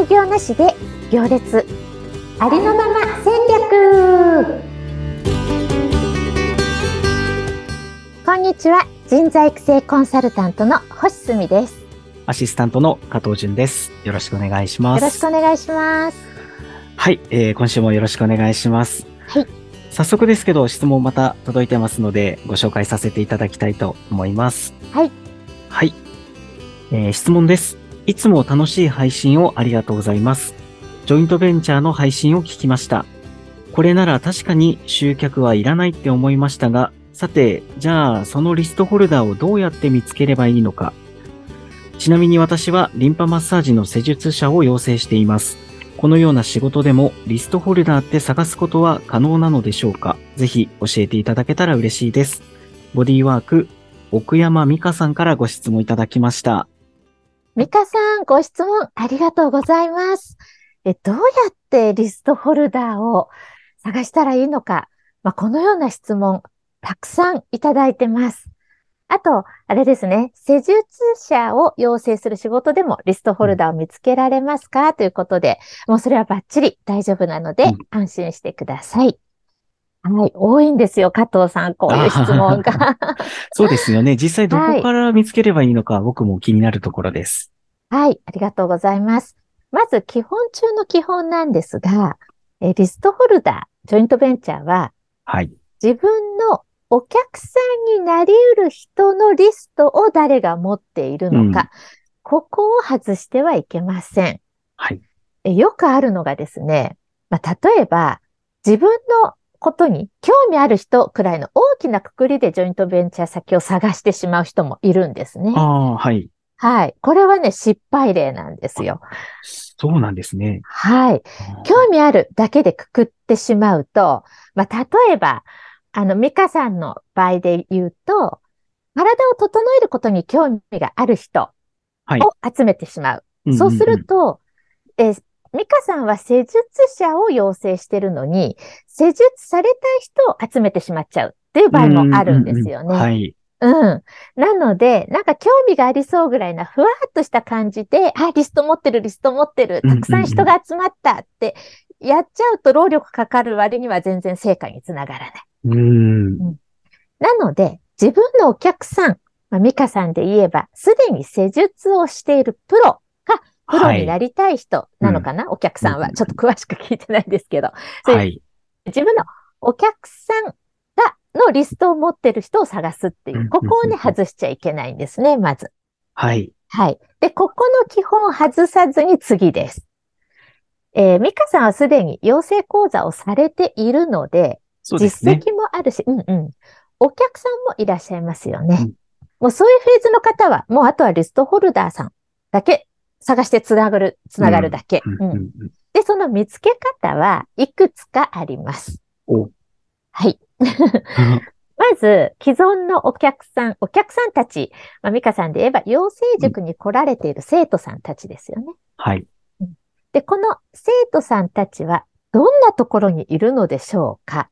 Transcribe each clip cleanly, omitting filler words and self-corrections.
業なしで行列、ありのまま戦略。こんにちは、人材育成コンサルタントの星澄です。 アシスタントの加藤純です。よろしくお願いします。 よろしくお願いします。 はい、今週もよろしくお願いします。 はい。 早速ですけど、質問また届いてますので、ご紹介させていただきたいと思います。 はい。 はい。質問です。いつも楽しい配信をありがとうございます。ジョイントベンチャーの配信を聞きました。これなら確かに集客はいらないって思いましたが、さて、じゃあそのリストホルダーをどうやって見つければいいのか。ちなみに私はリンパマッサージの施術者を養成しています。このような仕事でもリストホルダーって探すことは可能なのでしょうか。ぜひ教えていただけたら嬉しいです。ボディーワーク、奥山美香さんからご質問いただきました。 美香さん、ご質問ありがとうございます。どうやってリストホルダーを探したらいいのか。このような質問、たくさんいただいてます。あと、あれですね、施術者を養成する仕事でもリストホルダーを見つけられますか、ということで、もうそれはバッチリ大丈夫なので、安心してください。はい、多いんですよ、加藤さん、こういう質問が。 そうですよね。実際どこはい。 から見つければいいのか僕も気になるところです。 はい、ありがとうございます。まず、基本中の基本なんですが、リストホルダー、ジョイントベンチャーは、 はい。 自分のお客さんになり得る人のリストを誰が持っているのか、ここを外してはいけません。 はい。 よくあるのがですね、例えば、自分のことに興味ある人くらいの大きな括りでジョイントベンチャー先を探してしまう人もいるんですね。 はい。 はい。これはね、失敗例なんですよ。 そうなんですね。 はい。興味あるだけでくくってしまうと、例えば、ミカさんの場合で言うと、体を整えることに興味がある人はい。 を集めてしまう。そうすると、ミカさんは施術者を養成してるのに、施術されたい人を集めてしまっちゃうっていう場合もあるんですよね。 はい。 うん。なので、興味がありそうぐらいなふわっとした感じで、リスト持ってる、リスト持ってる、たくさん人が集まったってやっちゃうと労力かかる割には全然成果につながらない。なので、自分のお客さん、ミカさんで言えば、すでに施術をしているプロか、プロになりたい人なのかな、お客さんは。ちょっと詳しく聞いてないですけど。 はい。 自分のお客さんのリストを持ってる人を探すっていう、ここをね、外しちゃいけないんですね、まず。 はい。 はい。で、ここの基本を外さずに次です。ミカさんはすでに養成講座をされているので、実績もあるし、お客さんもいらっしゃいますよね。もうそういうフェーズの方は、もうあとはリストホルダーさんだけ探してつながるだけ。で、その見つけ方はいくつかあります。はい。まず、既存のお客さんたち、ミカさんで言えば、養成塾に来られている生徒さんたちですよね。 はい。 で、この生徒さんたちは、どんなところにいるのでしょうか。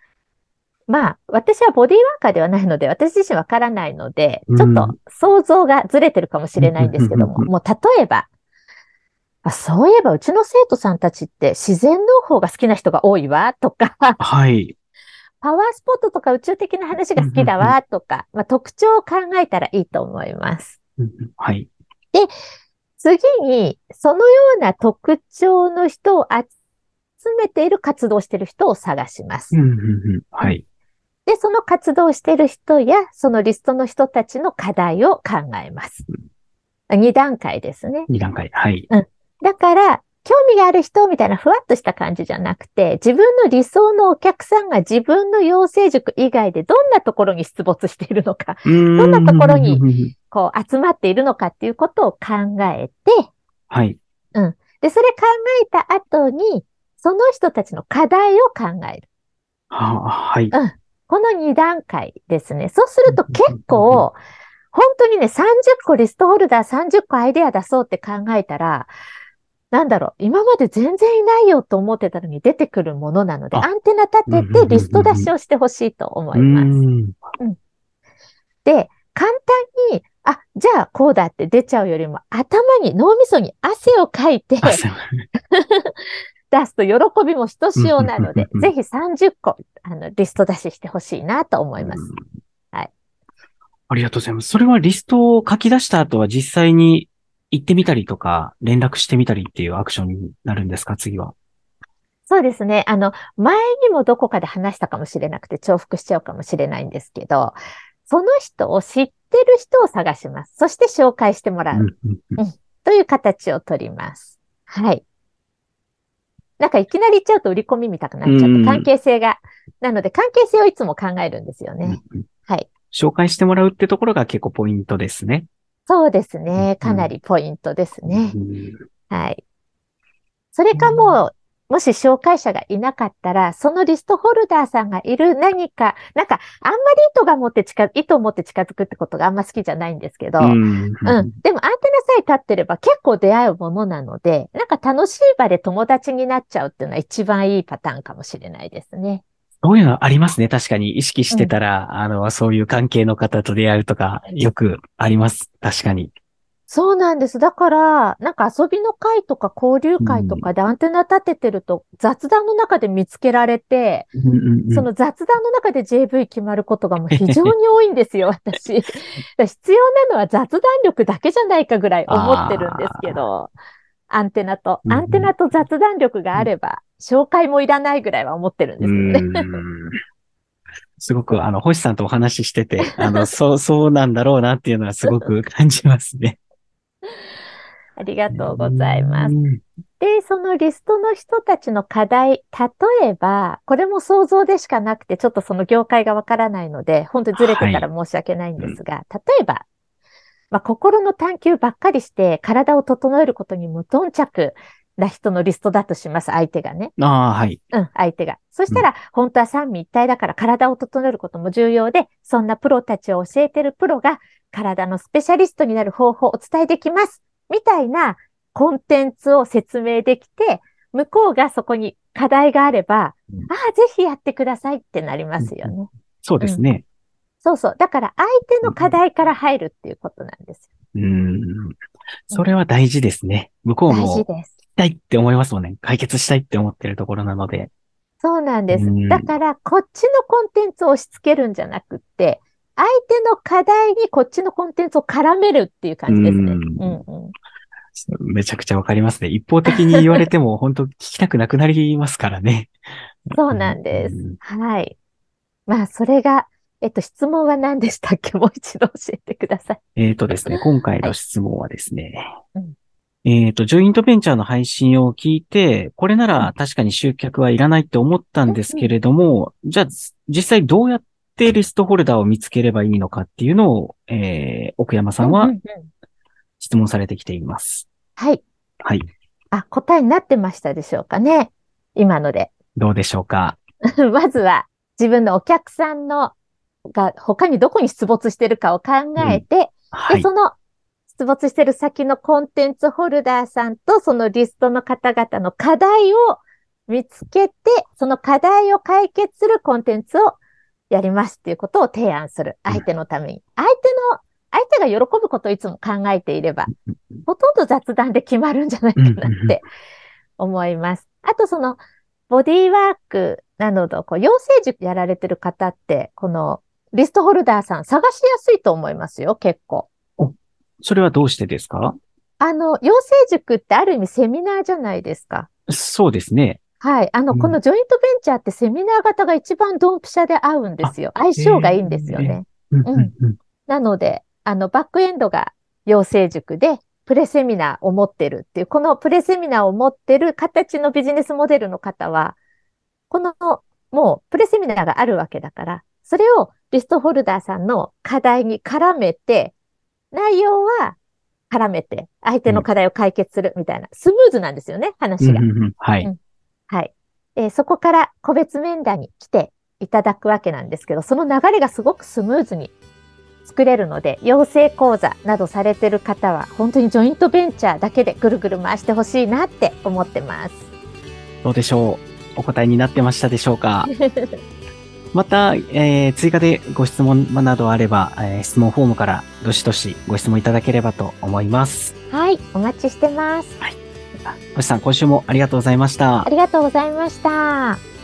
私はボディーワーカーではないので、私自身わからないので、ちょっと想像がずれてるかもしれないんですけども、もう例えば、そういえばうちの生徒さんたちって自然農法が好きな人が多いわ、とか、 はい。 パワースポットとか宇宙的な話が好きだわ、とか、特徴を考えたらいいと思います。 はい。 で、次に、そのような特徴の人を集めている活動をしている人を探します。 はい。 で、その活動をしている人や、そのリストの人たちの課題を考えます。2段階ですね。 2段階。はい。 だから、興味がある人みたいなふわっとした感じじゃなくて、自分の理想のお客さんが自分の養成塾以外でどんなところに出没しているのか、どんなところに集まっているのかっていうことを考えて、 はい。 で、それ考えた後に、その人たちの課題を考える。 はい。 この2段階ですね。そうすると結構、本当にね、30個リストホルダー、30個アイデア出そうって考えたら、今まで全然いないよと思ってたのに出てくるものなので、アンテナ立ててリスト出しをしてほしいと思います。で、簡単にじゃあこうだって出ちゃうよりも、脳みそに汗をかいて出すと喜びもひとしおなので、ぜひ30個、リスト出ししてほしいなと思います。はい。 ありがとうございます。それはリストを書き出した後は実際に行ってみたりとか、連絡してみたりっていうアクションになるんですか、次は。 そうですね。前にもどこかで話したかもしれなくて重複しちゃうかもしれないんですけど、その人を知ってる人を探します。そして紹介してもらう。という形を取ります。はい。なんかいきなり言っちゃうと売り込みみたくなっちゃって、関係性が。なので関係性をいつも考えるんですよね。はい。 紹介してもらうってところが結構ポイントですね。 そうですね。かなりポイントですね。はい。それかもう、もし紹介者がいなかったら、そのリストホルダーさんがいる何か、なんか、あんまり意図を持って近づくってことがあんま好きじゃないんですけど、でもアンテナさえ立ってれば結構出会うものなので、なんか楽しい場で友達になっちゃうっていうのは一番いいパターンかもしれないですね。 そういうのありますね。確かに意識してたら、そういう関係の方と出会うとか、よくあります。確かに。 そうなんです。だから、なんか遊びの会とか交流会とかでアンテナ立ててると雑談の中で見つけられて、その雑談の中で JV 決まることがもう非常に多いんですよ、私。必要なのは雑談力だけじゃないかぐらい思ってるんですけど、アンテナと雑談力があれば、紹介もいらないぐらいは思ってるんですよね。 すごく、星さんとお話ししてて、そうなんだろうなっていうのはすごく感じますね。 ありがとうございます。で、そのリストの人たちの課題、例えば、これも想像でしかなくて、ちょっとその業界がわからないので、本当にずれてたら申し訳ないんですが、例えば、心の探求ばっかりして体を整えることに無頓着な人のリストだとします、相手がね。 はい。 相手が。そしたら、本当は三位一体だから体を整えることも重要で、そんなプロたちを教えてるプロが、体のスペシャリストになる方法をお伝えできます。みたいなコンテンツを説明できて、向こうがそこに課題があれば、ぜひやってくださいってなりますよね。 そうですね。 そうそう。だから相手の課題から入るっていうことなんですよ。 それは大事ですね。向こうも、 大事です。 したいって思いますもんね。解決したいって思ってるところなので。 そうなんです。だから、こっちのコンテンツを押し付けるんじゃなくって、相手の課題にこっちのコンテンツを絡めるっていう感じですね。 めちゃくちゃわかりますね。一方的に言われても本当聞きたくなくなりますからね。 そうなんです。はい。それが、質問は何でしたっけ？もう一度教えてください。 ですね、今回の質問はですね、ジョイントベンチャーの配信を聞いて、これなら確かに集客はいらないって思ったんですけれども、じゃあ実際どうやってリストホルダーを見つければいいのかっていうのを、奥山さんは質問されてきています。 はい。 はい。 答えになってましたでしょうかね。今ので。 どうでしょうか。 まずは自分のお客さんが他にどこに出没してるかを考えて、で、その出没してる先のコンテンツホルダーさんとそのリストの方々の課題を見つけて、その課題を解決するコンテンツをやりますっていうことを提案する。相手のために。相手が喜ぶことをいつも考えていれば、ほとんど雑談で決まるんじゃないかなって思います。あとボディーワークなどの養成塾やられてる方って、このリストホルダーさん探しやすいと思いますよ、結構。 それはどうしてですか？ 養成塾ってある意味セミナーじゃないですか。 そうですね。 はい。このジョイントベンチャーってセミナー型が一番ドンピシャで合うんですよ。相性がいいんですよね。なので、バックエンドが養成塾で、プレセミナーを持ってるっていう、このプレセミナーを持ってる形のビジネスモデルの方は、もうプレセミナーがあるわけだから、それをリストホルダーさんの課題に絡めて、内容は絡めて、相手の課題を解決するみたいな、スムーズなんですよね、話が。 はい。 はい。そこから個別面談に来ていただくわけなんですけど、その流れがすごくスムーズに作れるので、養成講座などされてる方は、本当にジョイントベンチャーだけでぐるぐる回してほしいなって思ってます。 どうでしょう？お答えになってましたでしょうか？ また、追加でご質問などあれば、質問フォームからどしどしご質問いただければと思います。 はい、お待ちしてます。 はい。星さん、今週もありがとうございました。 ありがとうございました。